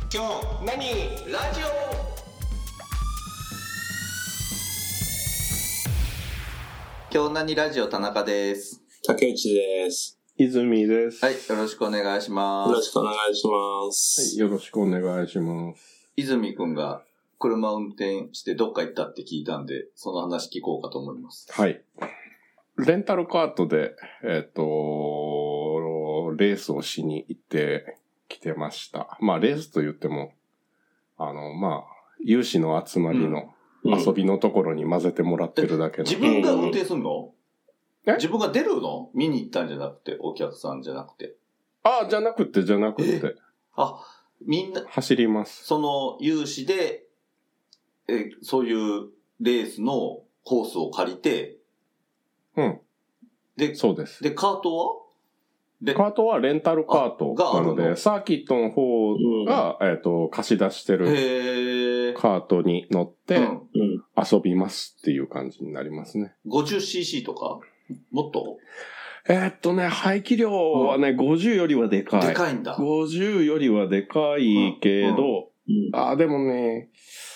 今日何ラジオ。今日何ラジオ田中です。 竹内です。 泉です。 はい、よろしくお願いします。 よろしくお願いします。 はい、よろしくお願いします。 泉くんが車運転してどっか行ったって聞いたんで、その話聞こうかと思います。 はい。レンタルカートで、レースをしに行ってきてました。まあ、レースと言っても、有志の集まりの遊びのところに混ぜてもらってるだけの。 自分が運転するの？自分が出るの？見に行ったんじゃなくて、お客さんじゃなくて。 じゃなくて。 みんな、 走ります。 その有志で、そういうレースのコースを借りて、 うん。で、そうです。 で、カートはレンタルカートなので、サーキットの方が、貸し出してるカートに乗って遊びますっていう感じになりますね。 50cc とかもっと排気量はね、50よりはでかい。 でかいんだ。 50よりはでかいけど、でもね、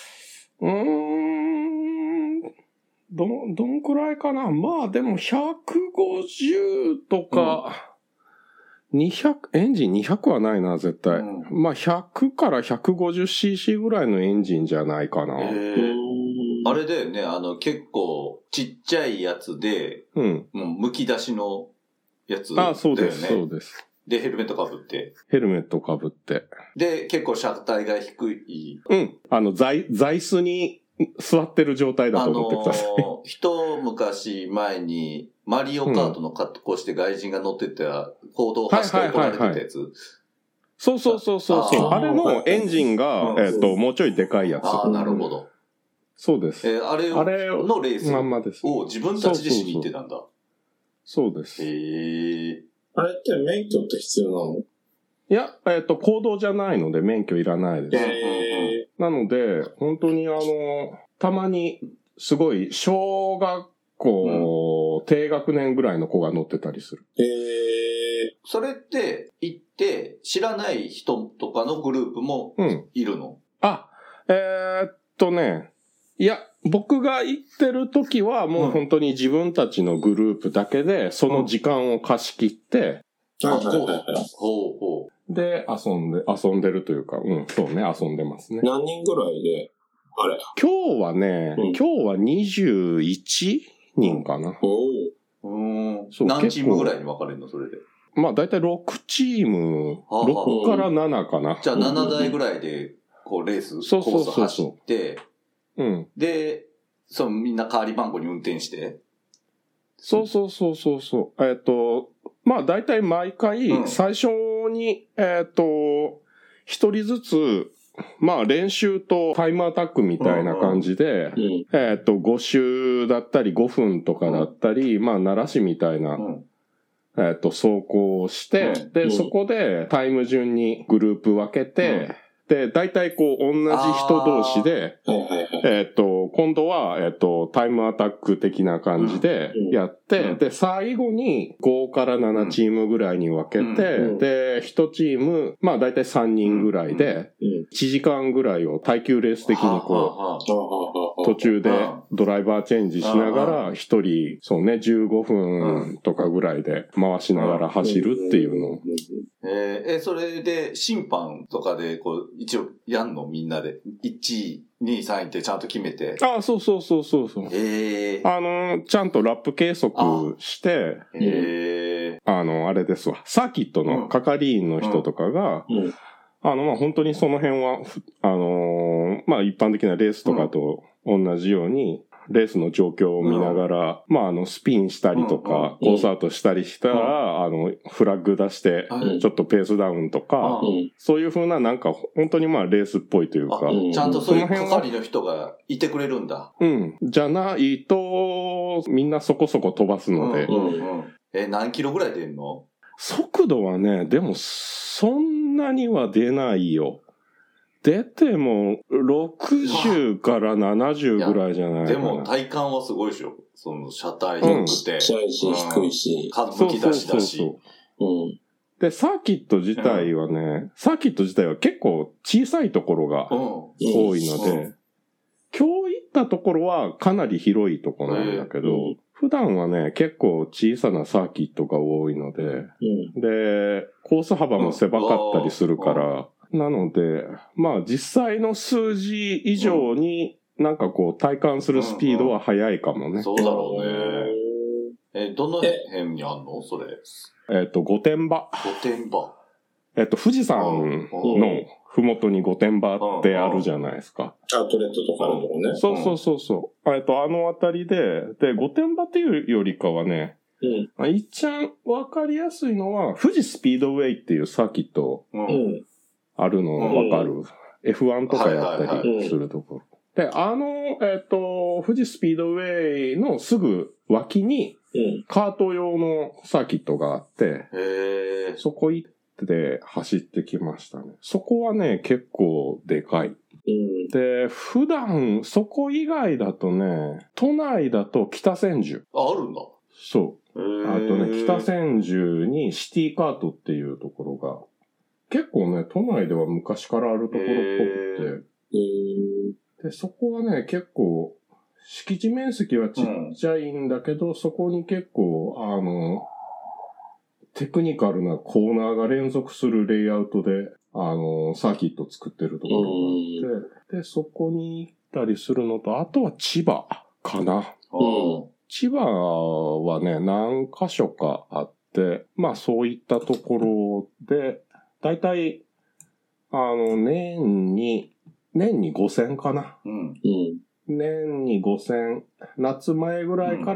どんくらいかな。まあでも150とか、200、エンジン200はないな、絶対。まあ100から 150cc ぐらいのエンジンじゃないかな。 あれだよね、結構ちっちゃいやつで、もう剥き出しのやつだよね。 そうです、そうです。 で、ヘルメットかぶって。 で、 結構車体が低い。 座椅子に座ってる状態だと思ってください。 一昔前に、マリオカートの格好して外人が乗ってた、公道を走って怒られてたやつ。 そう。あれのエンジンが、もうちょいでかいやつ。 なるほど。 そうです。 あれのレースを自分たちでしに行ってたんだ。 そうです。 あれって免許って必要なの？ いや、公道じゃないので免許いらないです。なので、本当にたまにすごい小学校、低学年ぐらいの子が乗ってたりする。 それって行って知らない人とかのグループもいるの？ いや、僕が行ってる時はもう本当に自分たちのグループだけでその時間を貸し切って、で、遊んでるというか、そうね、遊んでますね。 何人ぐらいで、 今日は21人かな。 何チームぐらいに分かれるの、それで。 まあ、だいたい6チーム、6から7かな。 じゃあ7台ぐらいで、こう、レース、コース走って、で、みんな代わり番号に運転して。 そう。まあ、だいたい毎回、最初に、一人ずつ、まあ、練習とタイムアタックみたいな感じで、5周だったり5分とかだったり、まあ、奈良市みたいな、走行をして、で、そこでタイム順にグループ分けて、で、大体こう、同じ人同士で、今度は、タイムアタック的な感じでやって、で、最後に5から7チームぐらいに分けて、で、1チーム、まあ大体3人ぐらいで、1時間ぐらいを耐久レース的にこう、途中でドライバーチェンジしながら、1人、そうね、15分とかぐらいで回しながら走るっていうのを。 それで審判とかで、こう、一応やんのみんなで。1位、2位、3位ってちゃんと決めて。 そう。ちゃんとラップ計測して、あれですわ。サーキットの係員の人とかが、まあ、本当にその辺は、まあ、一般的なレースとかと同じように、レースの状況を見ながら、まあ、スピンしたりとか、コースアウトしたりしたら、フラッグ出して、ちょっとペースダウンとか、そういう風ななんか、本当にまあ、レースっぽいというか。 ちゃんとそういう係の人がいてくれるんだ。 じゃないと、みんなそこそこ飛ばすので。 何キロぐらい出んの？ 速度はね、でも、そんなには出ないよ。出ても、60から70ぐらいじゃないかな。 でも、体感はすごいでしょ。車体低くて。 低いし、低いし。 むき出しだし。 で、 で、サーキット自体は結構小さいところが多いので、今日行ったところはかなり広いところなんだけど、普段はね、結構小さなサーキットが多いので、で、コース幅も狭かったりするから、なので、まあ実際の数字以上になんかこう体感するスピードは速いかもね。 そうだろうね。どの辺にあんのそれ。 御殿場。 御殿場。 富士山のふもとに御殿場ってあるじゃないですか。 アウトレットとかのとこね。 そう。あのあたりで、御殿場っていうよりかはね、一番わかりやすいのは、富士スピードウェイっていうサーキットあるのわかる、F1 とかやったりするところ。で、富士スピードウェイのすぐ脇に、カート用のサーキットがあって、そこ行って走ってきましたね。そこはね、結構でかい。で、普段、そこ以外だとね、都内だと北千住。 あるんだ。 そう。あとね、北千住にシティカートっていうところが、結構ね、都内では昔からあるところっぽくて、で、そこはね、結構、敷地面積はちっちゃいんだけど、そこに結構、テクニカルなコーナーが連続するレイアウトで、サーキット作ってるところがあって、で、そこに行ったりするのと、あとは千葉かな。千葉はね、何箇所かあって、まあそういったところで、だいたい、年に5000かな。年に5000、夏前ぐらいから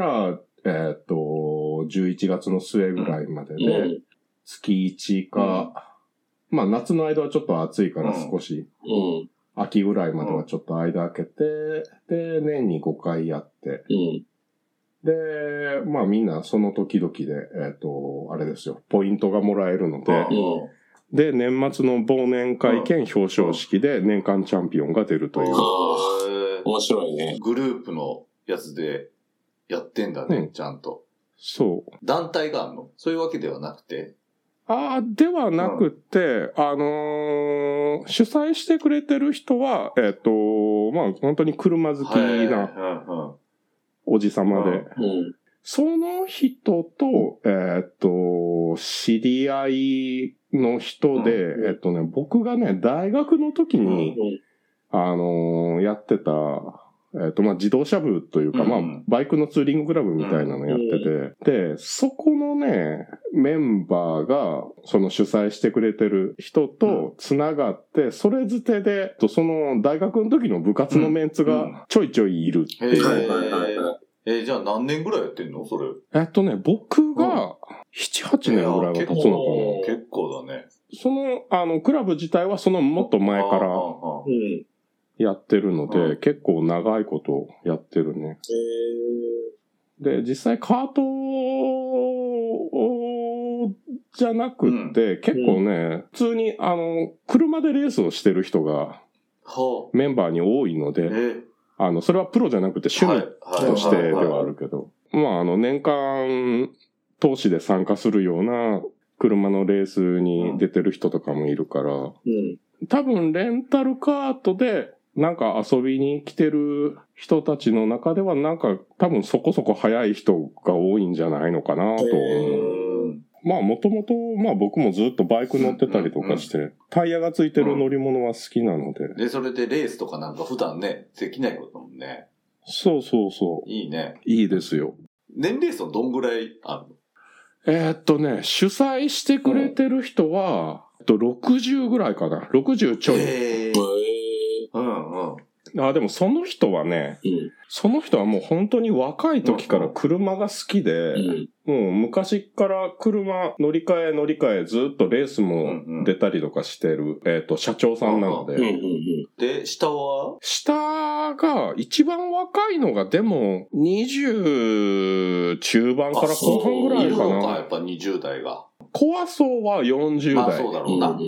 、11月の末ぐらいまでで、月1か、まあ夏の間はちょっと暑いから少し、秋ぐらいまではちょっと間空けて、で、年に5回やって、で、まあみんなその時々で、あれですよ、ポイントがもらえるので、で、年末の忘年会兼表彰式で年間チャンピオンが出るという。 面白いね。 グループのやつでやってんだね、ちゃんと。 そう。 団体があるの？そういうわけではなくて。 ではなくて、主催してくれてる人は、まあ本当に車好きなおじさまで、その人と、知り合いの人で、僕がね、大学の時に、やってた、まあ、自動車部というか、まあ、バイクのツーリングクラブみたいなのやってて、で、そこのね、メンバーが、その主催してくれてる人と繋がって、それづてで、その大学の時の部活のメンツがちょいちょいいるっていう。 じゃあ何年ぐらいやってんのそれ。 僕が7、8年ぐらいは経つのかな。 結構だね。 その、クラブ自体はそのもっと前からやってるので、結構長いことやってるね。で、実際カートじゃなくって、結構ね、普通に車でレースをしてる人がメンバーに多いので、それはプロじゃなくて趣味としてではあるけど、まあ年間投資で参加するような車のレースに出てる人とかもいるから、多分レンタルカートでなんか遊びに来てる人たちの中ではなんか多分そこそこ速い人が多いんじゃないのかなと思う。まあもともと、まあ僕もずっとバイク乗ってたりとかして、タイヤがついてる乗り物は好きなので。 で、それでレースとかなんか普段ね、できないことだもんね。 そう。 いいね。 いいですよ。 年齢層どんぐらいあるの？主催してくれてる人は、60ぐらいかな。60ちょい。でもその人はね、その人はもう本当に若い時から車が好きで、もう昔から車乗り換えずっとレースも出たりとかしてる、社長さんなので。 で、下が一番若いのがでも20中盤から後半ぐらいかな。いるのか、 やっぱ20代が。 コア層は40代。 まあそうだろうな。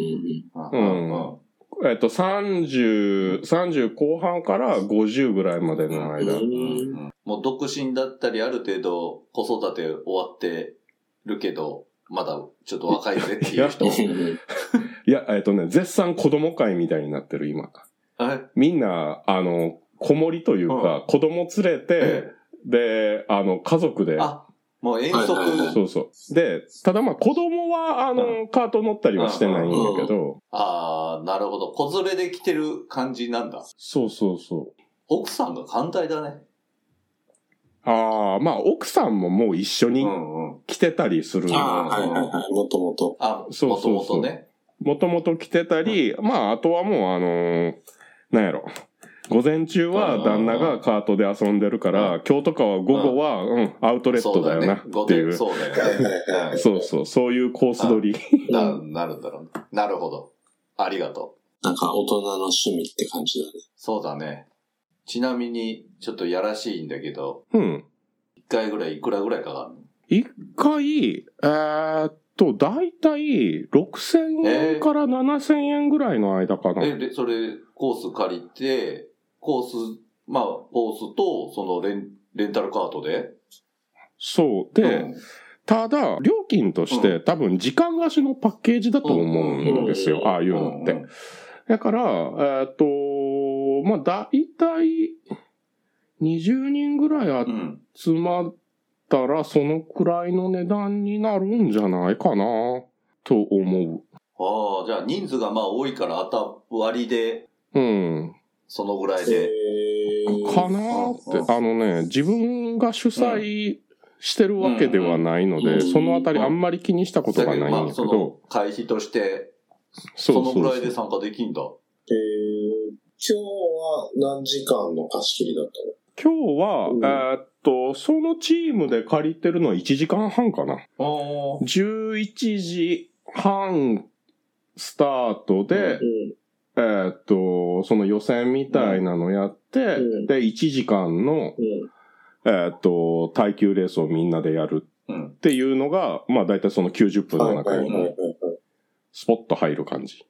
30後半から50ぐらいまでの間。 もう独身だったり、ある程度子育て終わってるけど、 まだちょっと若いぜっていう人。 いや、絶賛子供会みたいになってる、今。みんな、子守というか、子供連れて、で、家族で。 もう遠足。 そうそう。で、ただまあ子供は、カート乗ったりはしてないんだけど。 なるほど。子連れで来てる感じなんだ。 そうそうそう。 奥さんが反対だね。 まあ奥さんももう一緒に来てたりする。 はいはいはい。もともと。 そうそうそう。もともと来てたり、まああとはもうなんやろ。午前中は旦那がカートで遊んでるから、今日とかは午後は、アウトレットだよなっていう。 そうだよね。 そうそう、そういうコース取り。 なるんだろうね。なるほど。ありがとう。なんか大人の趣味って感じだね。 そうだね。ちなみに、ちょっとやらしいんだけど、一回ぐらいいくらぐらいかかるの？ 一回、だいたい6000円から7000円ぐらいの間かな。 で、それ、コース借りて、コースと、そのレンタルカートで？ そう。で、ただ、料金として多分時間貸しのパッケージだと思うんですよ。ああいうのって。だから、まあ、だいたい20人ぐらい集まったら、そのくらいの値段になるんじゃないかな、と思う。じゃあ人数がまあ多いから割りで、そのぐらいで。 かなーって。自分が主催してるわけではないので、そのあたりあんまり気にしたことがないんだけど。 会費として、そのぐらいで参加できんだ。 今日は何時間の貸し切りだったの？ 今日は、そのチームで借りてるのは1時間半かな。11時半スタートで、その予選みたいなのやって、で、1時間の、耐久レースをみんなでやるっていうのが、まあ大体その90分の中に、スポッと入る感じ。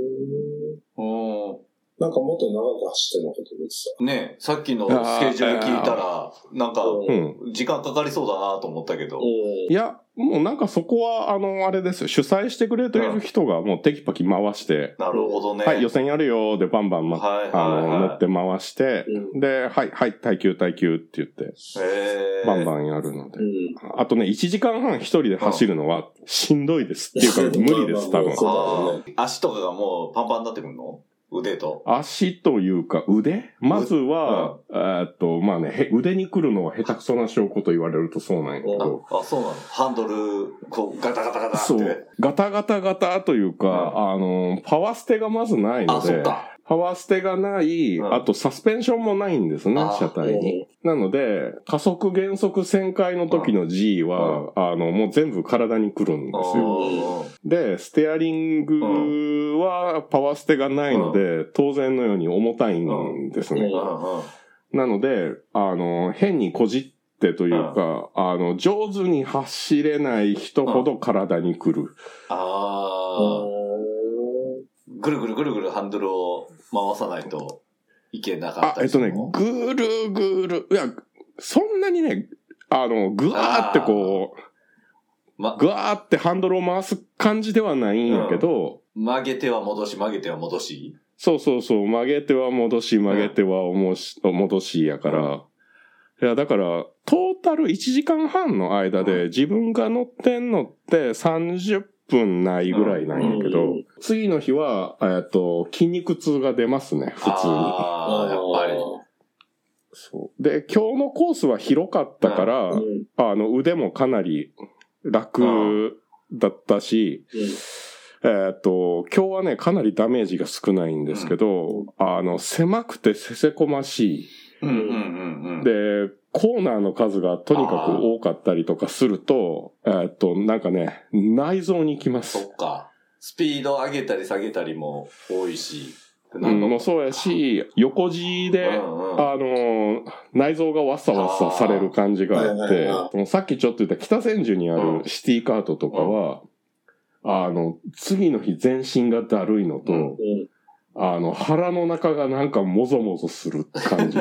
なんかもっと長く走ってるのかと思ってた。 ねえ、さっきのスケジュール聞いたら、なんか、時間かかりそうだなと思ったけど。 いや、もうなんかそこは、あれですよ。主催してくれてる人がもうテキパキ回して。 なるほどね。 はい、予選やるよでバンバン、乗って回して、で、はい、耐久って言って、バンバンやるので。あとね、1時間半一人で走るのはしんどいですっていうか無理です、多分。 足とかがもうパンパンになってくるの？腕と。 足というか腕？まずは、まあね、腕に来るのは下手くそな証拠と言われるとそうなんやけど。 そうなの？ハンドル、こう、ガタガタガタって。 そう。ガタガタガタというか、パワーステがまずないので。パワーステがない、あとサスペンションもないんですね、車体に。なので、加速減速旋回の時の G は、もう全部体に来るんですよ。で、ステアリングはパワーステがないので、当然のように重たいんですね。なので、変にこじってというか、上手に走れない人ほど体に来る。 ぐるぐるぐるぐるハンドルを回さないといけなかったりするの？ ぐるぐる。いや、そんなにね、ぐわーってこう、ぐわーってハンドルを回す感じではないんやけど、 曲げては戻し、曲げては戻し？ そうそうそう、曲げては戻し、曲げては戻しやから、いや、だから、トータル1時間半の間で自分が乗ってんのって30分ないぐらいなんやけど、次の日は、筋肉痛が出ますね、普通に。 やっぱり。 そう。で、今日のコースは広かったから、腕もかなり楽だったし、今日はね、かなりダメージが少ないんですけど、狭くてせせこましい。で、コーナーの数がとにかく多かったりとかすると、なんかね、内臓にきます。 そっか。スピード上げたり下げたりも多いし。 もうそうやし、横 G で、内臓がわっさわっさされる感じがあって、さっきちょっと言った北千住にあるシティカートとかは、次の日全身がだるいのと、腹の中がなんかもぞもぞする感じ。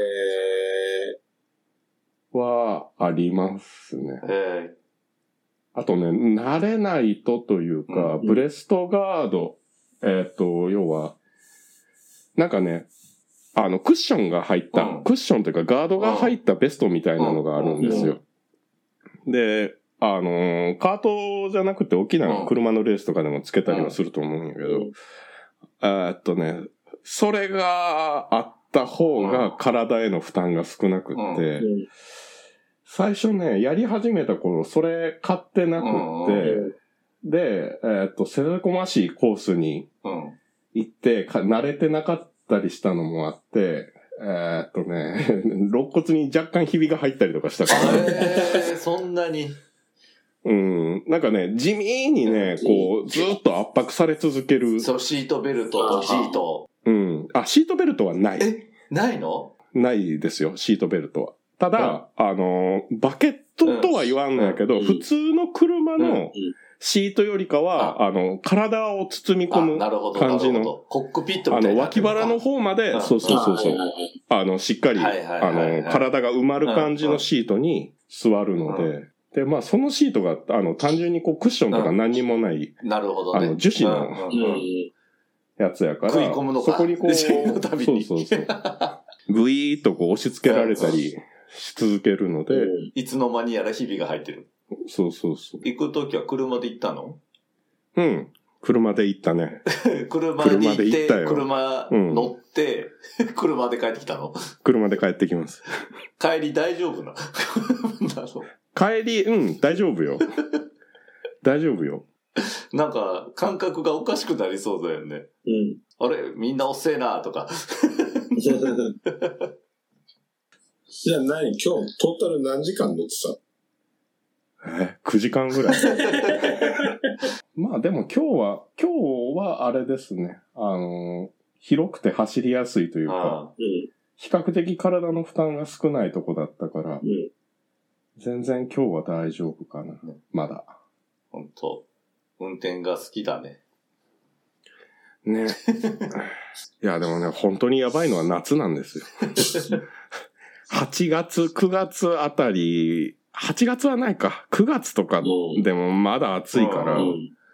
はありますね。 あとね、慣れないとというか、ブレストガード、要は、なんかね、クッションが入った、クッションというかガードが入ったベストみたいなのがあるんですよ。で、カートじゃなくて大きな車のレースとかでもつけたりはすると思うんやけど、それがあった方が体への負担が少なくって、最初ね、やり始めた頃、それ買ってなくって、で、せせこましいコースに行って、慣れてなかったりしたのもあって、肋骨に若干ひびが入ったりとかしたから。 そんなに。 なんかね、地味にね、こう、ずっと圧迫され続ける。 そう、シートベルトとシート。 シートベルトはない。 ないの？ ないですよ、シートベルトは。ただ、バケットとは言わんのやけど、普通の車のシートよりかは、体を包み込む感じの、 コックピットみたいな。 脇腹の方まで、そう、しっかり、体が埋まる感じのシートに座るので、で、まあ、そのシートが、単純にこう、クッションとか何にもない、 なるほどね。 樹脂のやつやから、 食い込むのか。 そこにこう、そう。ぐいーっとこう押し付けられたりし続けるので、 いつの間にやらひびが入ってる。 そう。 行くときは車で行ったの？ 車で行ったね。 車で行って、車乗って、車で帰ってきたの？ 車で帰ってきます。 帰り大丈夫な？ 帰り、大丈夫よ。大丈夫よ。 なんか、感覚がおかしくなりそうだよね。あれみんな遅えなとか。 じゃあ何今日トータル何時間乗ってた ？9時間ぐらい。まあでも今日はあれですね。広くて走りやすいというか、比較的体の負担が少ないとこだったから、全然今日は大丈夫かな。まだ。 ほんと。運転が好きだね。 ね。いやでもね、本当にやばいのは夏なんですよ。8月、9月あたり、8月はないか。9月とかでもまだ暑いから、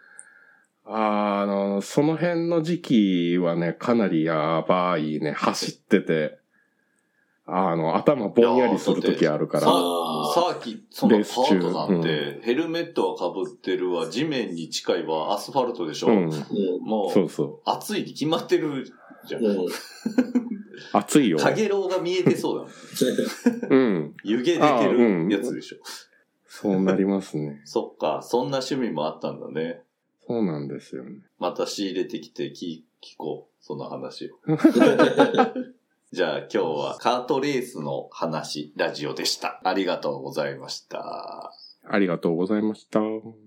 その辺の時期はね、かなりやばいね。走ってて、頭ぼんやりするときあるから。 サーキット、そのパートなんて、ヘルメットは被ってるわ、地面に近いわ、アスファルトでしょ。もう、暑いに決まってるじゃん。 暑いよ。 かげろうが見えてそうだもん。湯気出てるやつでしょ。 そうなりますね。 そっか、そんな趣味もあったんだね。 そうなんですよね。 また仕入れてきて聞こう、その話を。じゃあ今日はカートレースの話、ラジオでした。ありがとうございました。 ありがとうございました。